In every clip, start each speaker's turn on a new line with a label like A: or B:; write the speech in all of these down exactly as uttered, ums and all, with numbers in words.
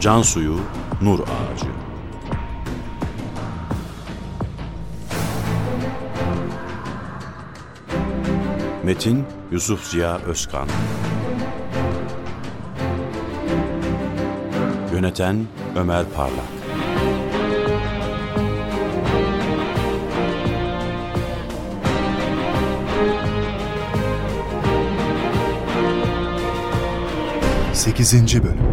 A: Can suyu, nur ağacı. Metin Yusuf Ziya Özkan. Yöneten Ömer Parlak.
B: Sekizinci Bölüm.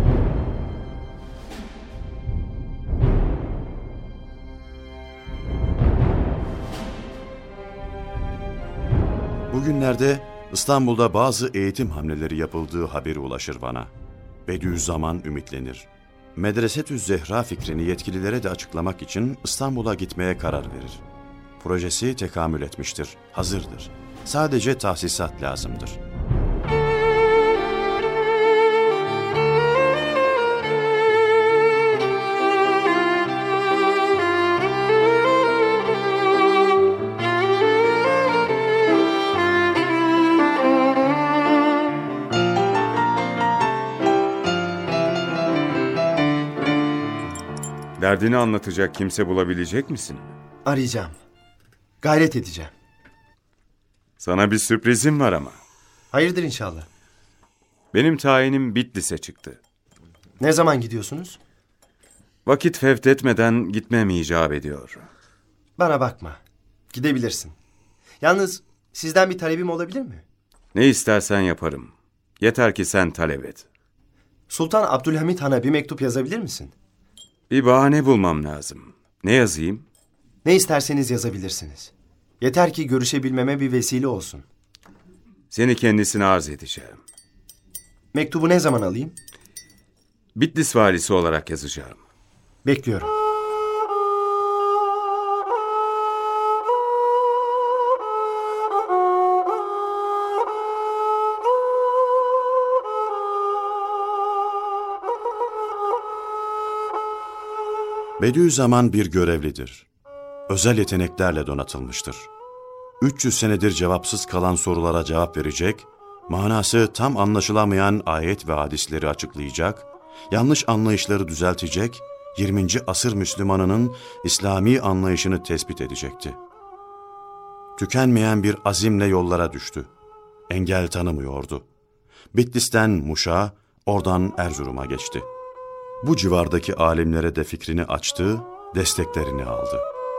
A: Bugünlerde İstanbul'da bazı eğitim hamleleri yapıldığı haberi ulaşır bana. Bediüzzaman ümitlenir. Medresetüz Zehra fikrini yetkililere de açıklamak için İstanbul'a gitmeye karar verir. Projesi tekamül etmiştir, hazırdır. Sadece tahsisat lazımdır.
C: Derdini anlatacak kimse bulabilecek misin?
D: Arayacağım. Gayret edeceğim.
C: Sana bir sürprizim var ama.
D: Hayırdır inşallah.
C: Benim tayinim Bitlis'e çıktı.
D: Ne zaman gidiyorsunuz?
C: Vakit fevdetmeden gitmem icap ediyor.
D: Bana bakma. Gidebilirsin. Yalnız sizden bir talebim olabilir mi?
C: Ne istersen yaparım. Yeter ki sen talep et.
D: Sultan Abdülhamit Han'a bir mektup yazabilir misin?
C: Bir bahane bulmam lazım. Ne yazayım?
D: Ne isterseniz yazabilirsiniz. Yeter ki görüşebilmeme bir vesile olsun.
C: Seni kendisine arz edeceğim.
D: Mektubu ne zaman alayım?
C: Bitlis valisi olarak yazacağım.
D: Bekliyorum.
A: Bediüzzaman bir görevlidir. Özel yeteneklerle donatılmıştır. üç yüz senedir cevapsız kalan sorulara cevap verecek, manası tam anlaşılamayan ayet ve hadisleri açıklayacak, yanlış anlayışları düzeltecek, yirminci asır Müslümanının İslami anlayışını tespit edecekti. Tükenmeyen bir azimle yollara düştü. Engel tanımıyordu. Bitlis'ten Muş'a, oradan Erzurum'a geçti. Bu civardaki alimlere de fikrini açtı, desteklerini aldı.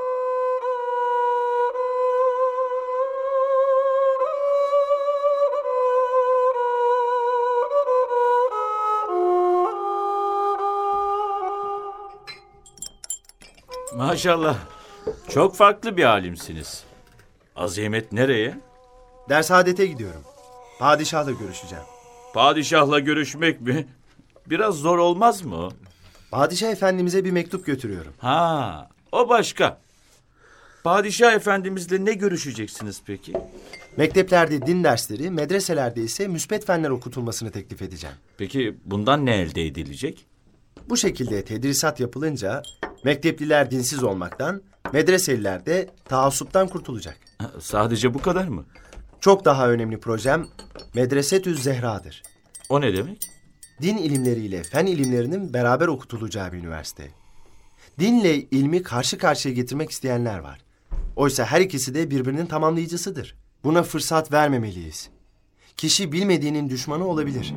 E: Maşallah, çok farklı bir alimsiniz. Azimet nereye?
D: Dershaadete gidiyorum. Padişahla görüşeceğim.
E: Padişahla görüşmek mi? Biraz zor olmaz mı?
D: Padişah efendimize bir mektup götürüyorum.
E: Ha, o başka. Padişah efendimizle ne görüşeceksiniz peki?
D: Mekteplerde din dersleri, medreselerde ise müsbet fenler okutulmasını teklif edeceğim.
E: Peki bundan ne elde edilecek?
D: Bu şekilde tedrisat yapılınca mektepliler dinsiz olmaktan, medreseliler de taassuptan kurtulacak.
E: Ha, sadece bu kadar mı?
D: Çok daha önemli projem Medresetüz Zehra'dır.
E: O ne demek?
D: Din ilimleriyle fen ilimlerinin beraber okutulacağı bir üniversite. Dinle ilmi karşı karşıya getirmek isteyenler var. Oysa her ikisi de birbirinin tamamlayıcısıdır. Buna fırsat vermemeliyiz. Kişi bilmediğinin düşmanı olabilir.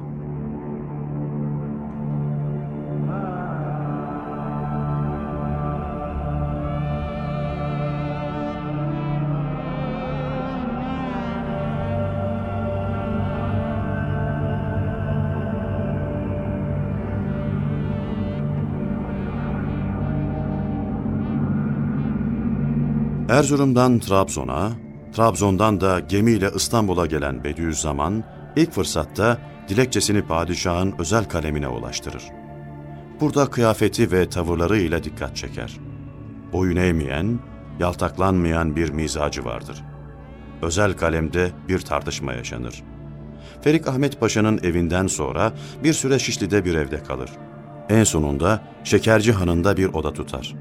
A: Erzurum'dan Trabzon'a, Trabzon'dan da gemiyle İstanbul'a gelen Bediüzzaman, ilk fırsatta dilekçesini padişahın özel kalemine ulaştırır. Burada kıyafeti ve tavırlarıyla dikkat çeker. Boyun eğmeyen, yaltaklanmayan bir mizacı vardır. Özel kalemde bir tartışma yaşanır. Ferik Ahmet Paşa'nın evinden sonra bir süre Şişli'de bir evde kalır. En sonunda Şekerci Hanı'nda bir oda tutar.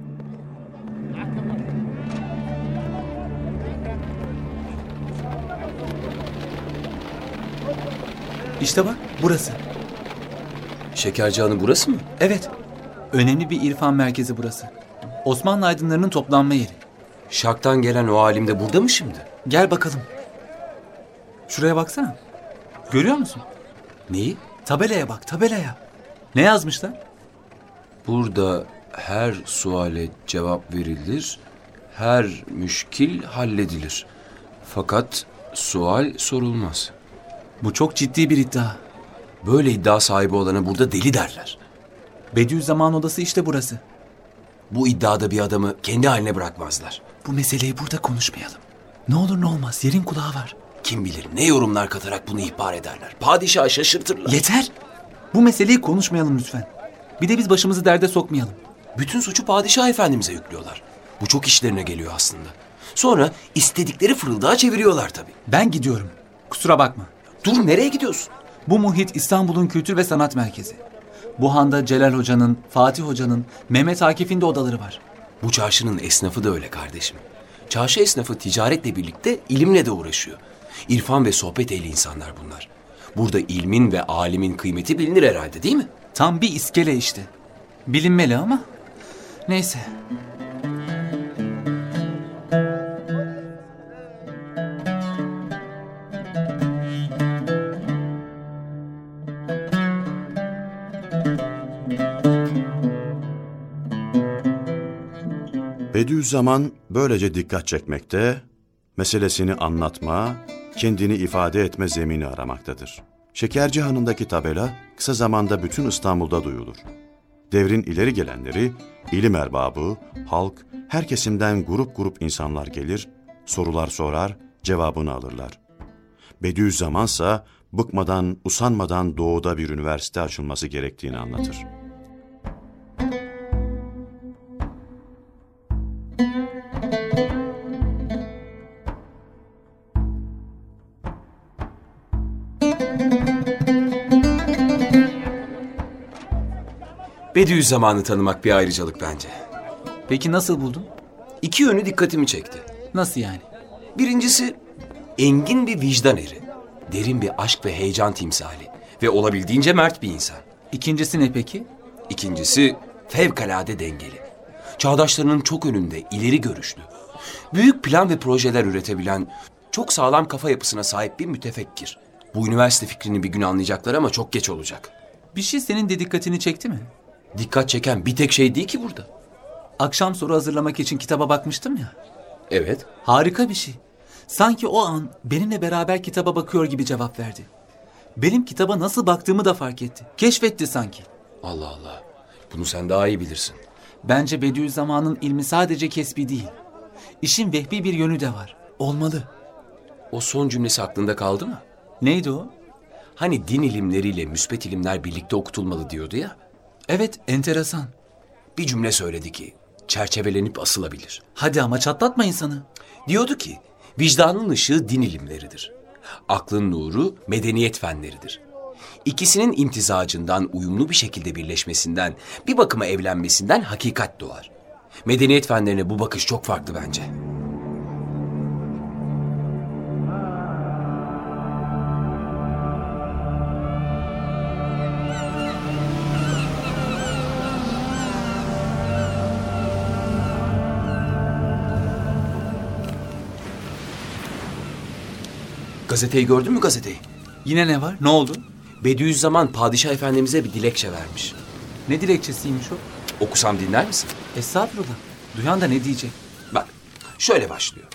F: İşte bak, burası.
G: Şekerci Hanı burası mı?
F: Evet, Önemli bir irfan merkezi burası. Osmanlı aydınlarının toplanma yeri.
G: Şak'tan gelen o alim de burada mı şimdi?
F: Gel bakalım. Şuraya baksana. Görüyor musun?
G: Neyi?
F: Tabelaya bak, tabelaya. Ne yazmışlar?
G: Burada her suale cevap verilir, her müşkil halledilir. Fakat sual sorulmaz.
F: Bu çok ciddi bir iddia.
G: Böyle iddia sahibi olana burada deli derler.
F: Bediüzzaman odası işte burası.
G: Bu iddiada bir adamı kendi haline bırakmazlar.
F: Bu meseleyi burada konuşmayalım. Ne olur ne olmaz, yerin kulağı var.
G: Kim bilir ne yorumlar katarak bunu ihbar ederler. Padişahı şaşırtırlar.
F: Yeter! Bu meseleyi konuşmayalım lütfen. Bir de biz başımızı derde sokmayalım.
G: Bütün suçu padişah efendimize yüklüyorlar. Bu çok işlerine geliyor aslında. Sonra istedikleri fırıldağa çeviriyorlar tabii.
F: Ben gidiyorum. Kusura bakma.
G: Dur, nereye gidiyorsun?
F: Bu muhit İstanbul'un kültür ve sanat merkezi. Bu handa Celal Hoca'nın, Fatih Hoca'nın, Mehmet Akif'in de odaları var.
G: Bu çarşının esnafı da öyle kardeşim. Çarşı esnafı ticaretle birlikte ilimle de uğraşıyor. İrfan ve sohbet ehli insanlar bunlar. Burada ilmin ve alimin kıymeti bilinir herhalde, değil mi?
F: Tam bir iskele işte. Bilinmeli ama neyse.
A: Bediüzzaman böylece dikkat çekmekte, meselesini anlatma, kendini ifade etme zemini aramaktadır. Şekercihanı'ndaki tabela kısa zamanda bütün İstanbul'da duyulur. Devrin ileri gelenleri, ilim erbabı, halk, her kesimden grup grup insanlar gelir, sorular sorar, cevabını alırlar. Bediüzzamansa bıkmadan, usanmadan doğuda bir üniversite açılması gerektiğini anlatır.
G: Bediüzzaman'ı tanımak bir ayrıcalık bence.
F: Peki nasıl buldun?
G: İki yönü dikkatimi çekti.
F: Nasıl yani?
G: Birincisi engin bir vicdan eri. Derin bir aşk ve heyecan timsali. Ve olabildiğince mert bir insan.
F: İkincisi ne peki?
G: İkincisi fevkalade dengeli. Çağdaşlarının çok önünde ileri görüşlü. Büyük plan ve projeler üretebilen, çok sağlam kafa yapısına sahip bir mütefekkir. Bu üniversite fikrini bir gün anlayacaklar ama çok geç olacak.
F: Bir şey senin de dikkatini çekti mi?
G: Dikkat çeken bir tek şey değil ki burada.
F: Akşam soru hazırlamak için kitaba bakmıştım ya.
G: Evet.
F: Harika bir şey. Sanki o an benimle beraber kitaba bakıyor gibi cevap verdi. Benim kitaba nasıl baktığımı da fark etti. Keşfetti sanki.
G: Allah Allah. Bunu sen daha iyi bilirsin.
F: Bence Bediüzzaman'ın ilmi sadece kesbi değil. İşin vehbi bir yönü de var. Olmalı.
G: O son cümlesi aklında kaldı mı?
F: Neydi o?
G: Hani din ilimleriyle müsbet ilimler birlikte okutulmalı diyordu ya.
F: Evet, enteresan.
G: Bir cümle söyledi ki çerçevelenip asılabilir.
F: Hadi ama çatlatma insanı.
G: Diyordu ki vicdanın ışığı din ilimleridir. Aklın nuru medeniyet fenleridir. İkisinin imtizacından uyumlu bir şekilde birleşmesinden, bir bakıma evlenmesinden hakikat doğar. Medeniyet fenlerine bu bakış çok farklı bence. Gazeteyi gördün mü gazeteyi?
F: Yine ne var? Ne oldu?
G: Bediüzzaman Padişah Efendimiz'e bir dilekçe vermiş.
F: Ne dilekçesiymiş o?
G: Okusam dinler misin?
F: Estağfurullah. Duyan da ne diyecek?
G: Bak, şöyle başlıyor.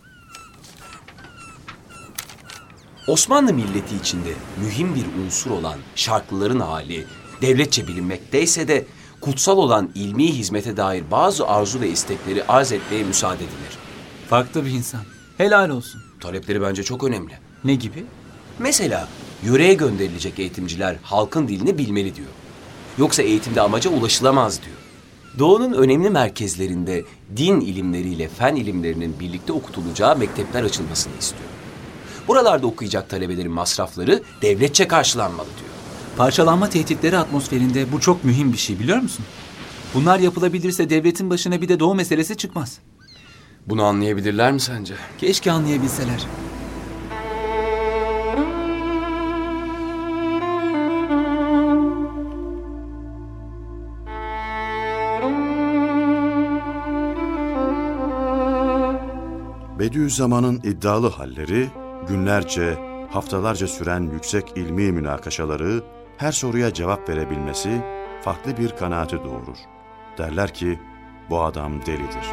G: Osmanlı milleti içinde mühim bir unsur olan şarklıların hali devletçe bilinmekteyse de kutsal olan ilmi hizmete dair bazı arzu ve istekleri arz etmeye müsaade edilir.
F: Farklı bir insan. Helal olsun.
G: Talepleri bence çok önemli.
F: Ne gibi?
G: Mesela yöreye gönderilecek eğitimciler halkın dilini bilmeli diyor. Yoksa eğitimde amaca ulaşılamaz diyor. Doğu'nun önemli merkezlerinde din ilimleriyle fen ilimlerinin birlikte okutulacağı mektepler açılmasını istiyor. Buralarda okuyacak talebelerin masrafları devletçe karşılanmalı diyor.
F: Parçalanma tehditleri atmosferinde bu çok mühim bir şey, biliyor musun? Bunlar yapılabilirse devletin başına bir de Doğu meselesi çıkmaz.
G: Bunu anlayabilirler mi sence?
F: Keşke anlayabilseler.
A: Bediüzzaman'ın iddialı halleri, günlerce, haftalarca süren yüksek ilmi münakaşaları, her soruya cevap verebilmesi farklı bir kanaati doğurur. Derler ki, bu adam delidir.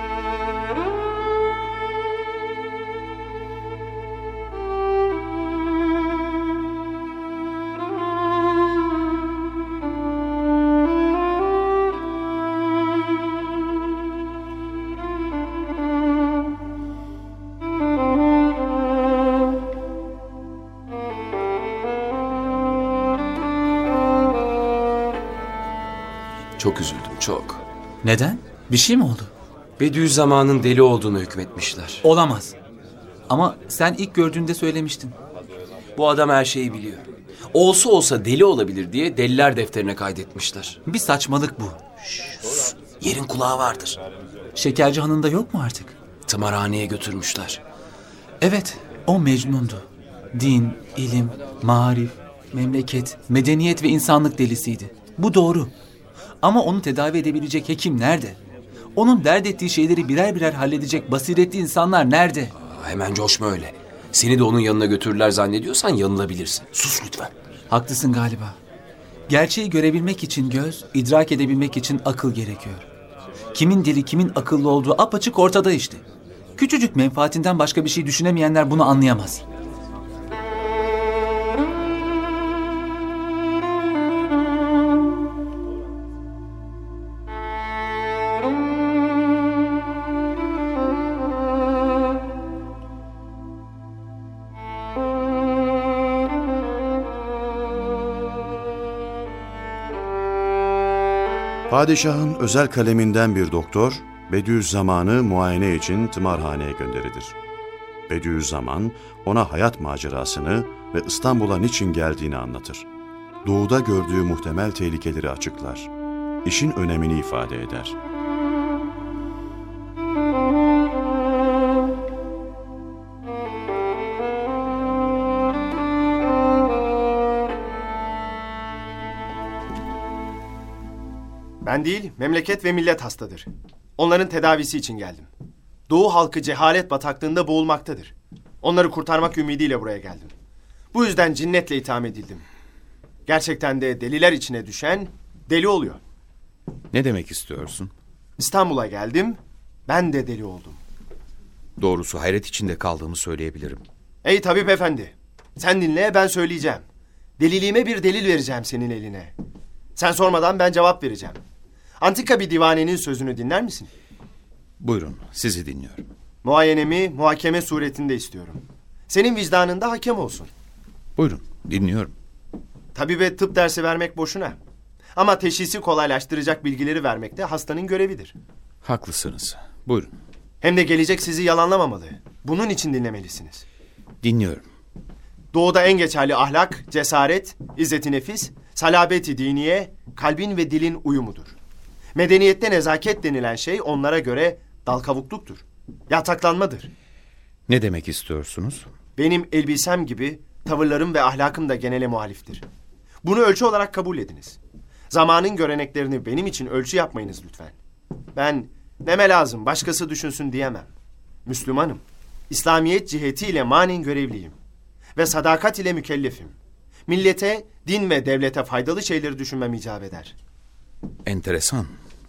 G: Çok üzüldüm, çok.
F: Neden? Bir şey mi oldu?
G: Bediüzzaman'ın deli olduğunu hükmetmişler.
F: Olamaz. Ama sen ilk gördüğünde söylemiştin.
G: Bu adam her şeyi biliyor. Olsa olsa deli olabilir diye deliler defterine kaydetmişler.
F: Bir saçmalık bu.
G: Yerin kulağı vardır.
F: Şekerci Hanı'nda yok mu artık?
G: Tımarhaneye götürmüşler.
F: Evet, o Mecnun'du. Din, ilim, marif, memleket, medeniyet ve insanlık delisiydi. Bu doğru. Ama onu tedavi edebilecek hekim nerede? Onun dert ettiği şeyleri birer birer halledecek basiretli insanlar nerede?
G: Aa, hemen coşma öyle. Seni de onun yanına götürürler zannediyorsan yanılabilirsin. Sus lütfen.
F: Haklısın galiba. Gerçeği görebilmek için göz, idrak edebilmek için akıl gerekiyor. Kimin deli, kimin akıllı olduğu apaçık ortada işte. Küçücük menfaatinden başka bir şey düşünemeyenler bunu anlayamaz.
A: Padişahın özel kaleminden bir doktor, Bediüzzaman'ı muayene için tımarhaneye gönderilir. Bediüzzaman ona hayat macerasını ve İstanbul'a niçin geldiğini anlatır. Doğuda gördüğü muhtemel tehlikeleri açıklar. İşin önemini ifade eder.
D: Ben değil, memleket ve millet hastadır. Onların tedavisi için geldim. Doğu halkı cehalet bataklığında boğulmaktadır. Onları kurtarmak ümidiyle buraya geldim. Bu yüzden cinnetle itham edildim. Gerçekten de deliler içine düşen deli oluyor.
C: Ne demek istiyorsun?
D: İstanbul'a geldim, ben de deli oldum.
C: Doğrusu hayret içinde kaldığımı söyleyebilirim.
D: Ey tabip efendi, sen dinle, ben söyleyeceğim. Deliliğime bir delil vereceğim senin eline. Sen sormadan ben cevap vereceğim. Antika bir divanenin sözünü dinler misin?
C: Buyurun, sizi dinliyorum.
D: Muayenemi muhakeme suretinde istiyorum. Senin vicdanında hakem olsun.
C: Buyurun, dinliyorum.
D: Tabibe tıp dersi vermek boşuna. Ama teşhisi kolaylaştıracak bilgileri vermek de hastanın görevidir.
C: Haklısınız. Buyurun.
D: Hem de gelecek sizi yalanlamamalı. Bunun için dinlemelisiniz.
C: Dinliyorum.
D: Doğuda en geçerli ahlak, cesaret, izzet-i nefis, salabeti diniye, kalbin ve dilin uyumudur. Medeniyette nezaket denilen şey onlara göre dal kavukluktur. Yataklanmadır.
C: Ne demek istiyorsunuz?
D: Benim elbisem gibi tavırlarım ve ahlakım da genele muhaliftir. Bunu ölçü olarak kabul ediniz. Zamanın göreneklerini benim için ölçü yapmayınız lütfen. Ben neme lazım başkası düşünsün diyemem. Müslümanım. İslamiyet cihetiyle manen görevliyim. Ve sadakat ile mükellefim. Millete, din ve devlete faydalı şeyleri düşünmem icap eder.
C: Enteresan.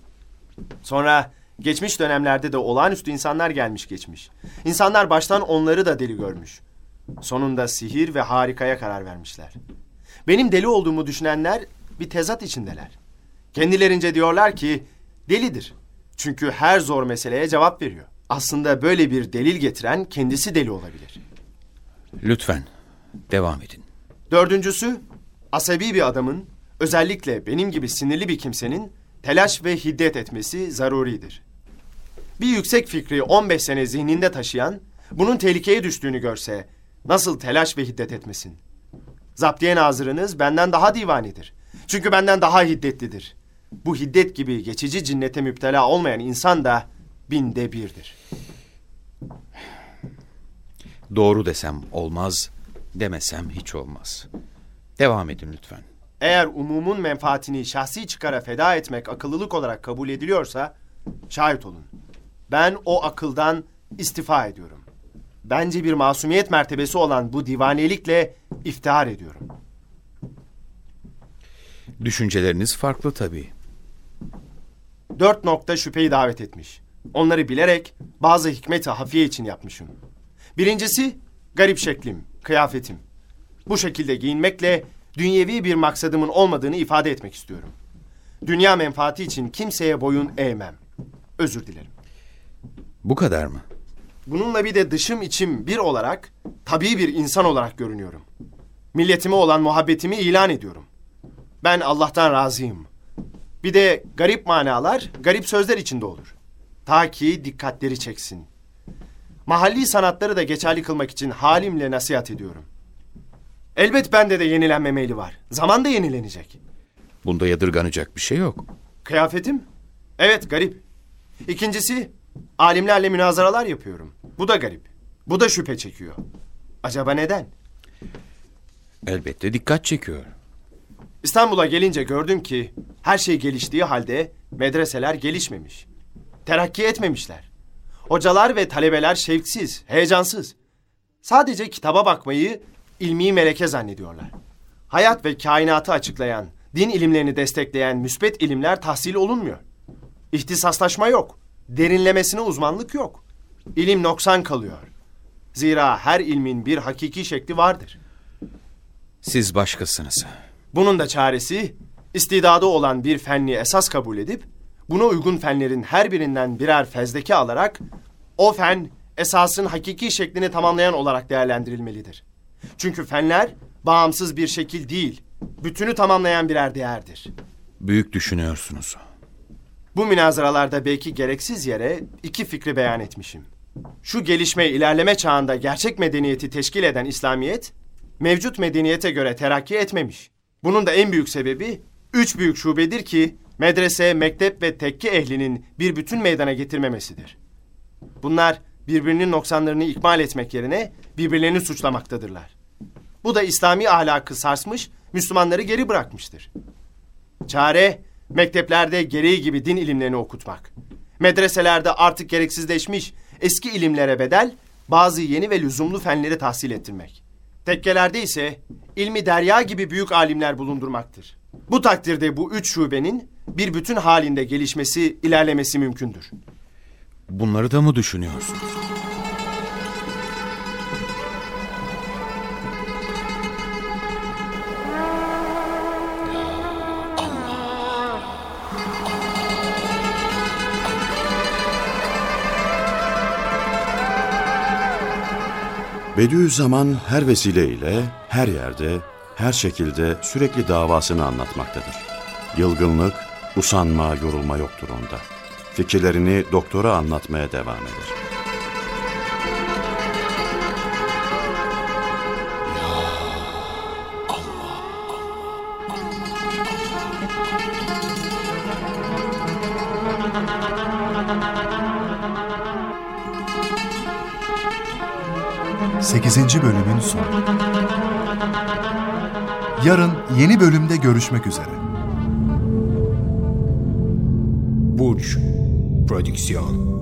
D: Sonra geçmiş dönemlerde de olağanüstü insanlar gelmiş geçmiş. İnsanlar baştan onları da deli görmüş. Sonunda sihir ve harikaya karar vermişler. Benim deli olduğumu düşünenler bir tezat içindeler. Kendilerince diyorlar ki delidir. Çünkü her zor meseleye cevap veriyor. Aslında böyle bir delil getiren kendisi deli olabilir.
C: Lütfen devam edin.
D: Dördüncüsü, asabi bir adamın, özellikle benim gibi sinirli bir kimsenin telaş ve hiddet etmesi zaruridir. Bir yüksek fikri on beş sene zihninde taşıyan, bunun tehlikeye düştüğünü görse nasıl telaş ve hiddet etmesin? Zaptiye nazırınız benden daha divanidir. Çünkü benden daha hiddetlidir. Bu hiddet gibi geçici cinnete müptela olmayan insan da binde birdir.
C: Doğru desem olmaz, demesem hiç olmaz. Devam edin lütfen.
D: Eğer umumun menfaatini şahsi çıkara feda etmek akıllılık olarak kabul ediliyorsa, şahit olun. Ben o akıldan istifa ediyorum. bence bir masumiyet mertebesi olan bu divanelikle iftihar ediyorum.
C: Düşünceleriniz farklı tabii.
D: Dört nokta şüpheyi davet etmiş. Onları bilerek bazı hikmet-i hafiye için yapmışım. Birincisi, garip şeklim, kıyafetim. Bu şekilde giyinmekle dünyevi bir maksadımın olmadığını ifade etmek istiyorum. Dünya menfaati için kimseye boyun eğmem. Özür dilerim.
C: Bu kadar mı?
D: Bununla bir de dışım içim bir olarak, tabii bir insan olarak görünüyorum. Milletime olan muhabbetimi ilan ediyorum. Ben Allah'tan razıyım. Bir de garip manalar, garip sözler içinde olur. Ta ki dikkatleri çeksin. Mahalli sanatları da geçerli kılmak için halimle nasihat ediyorum. Elbet bende de yenilenme meyli var. Zaman da yenilenecek.
C: Bunda yadırganacak bir şey yok.
D: Kıyafetim? Evet, garip. İkincisi, alimlerle münazaralar yapıyorum. Bu da garip. Bu da şüphe çekiyor. Acaba neden?
C: Elbette dikkat çekiyor.
D: İstanbul'a gelince gördüm ki her şey geliştiği halde medreseler gelişmemiş. Terakki etmemişler. Hocalar ve talebeler şevksiz, heyecansız. Sadece kitaba bakmayı ilmi meleke zannediyorlar. Hayat ve kainatı açıklayan, din ilimlerini destekleyen müsbet ilimler tahsil olunmuyor. İhtisaslaşma yok. Derinlemesine uzmanlık yok. İlim noksan kalıyor. Zira her ilmin bir hakiki şekli vardır.
C: Siz başkasınız.
D: Bunun da çaresi, istidadı olan bir fenni esas kabul edip, buna uygun fenlerin her birinden birer fezleke alarak, o fen esasın hakiki şeklini tamamlayan olarak değerlendirilmelidir. Çünkü fenler bağımsız bir şekil değil, bütünü tamamlayan birer değerdir.
C: Büyük düşünüyorsunuz.
D: Bu münazaralarda belki gereksiz yere iki fikri beyan etmişim. Şu gelişme ilerleme çağında gerçek medeniyeti teşkil eden İslamiyet, mevcut medeniyete göre terakki etmemiş. Bunun da en büyük sebebi, üç büyük şubedir ki, medrese, mektep ve tekke ehlinin bir bütün meydana getirmemesidir. Bunlar birbirinin noksanlarını ikmal etmek yerine birbirlerini suçlamaktadırlar. Bu da İslami ahlakı sarsmış, Müslümanları geri bırakmıştır. Çare, mekteplerde gereği gibi din ilimlerini okutmak. Medreselerde artık gereksizleşmiş eski ilimlere bedel bazı yeni ve lüzumlu fenleri tahsil ettirmek. Tekkelerde ise ilmi derya gibi büyük alimler bulundurmaktır. Bu takdirde bu üç şubenin bir bütün halinde gelişmesi, ilerlemesi mümkündür.
C: Bunları da mı düşünüyorsunuz?
A: Bediüzzaman her vesileyle, her yerde, her şekilde sürekli davasını anlatmaktadır. Yılgınlık, usanma, yorulma yoktur onda. Fikirlerini doktora anlatmaya devam eder.
B: sekizinci bölümün sonu. Yarın yeni bölümde görüşmek üzere.
H: Burç Prodüksiyon.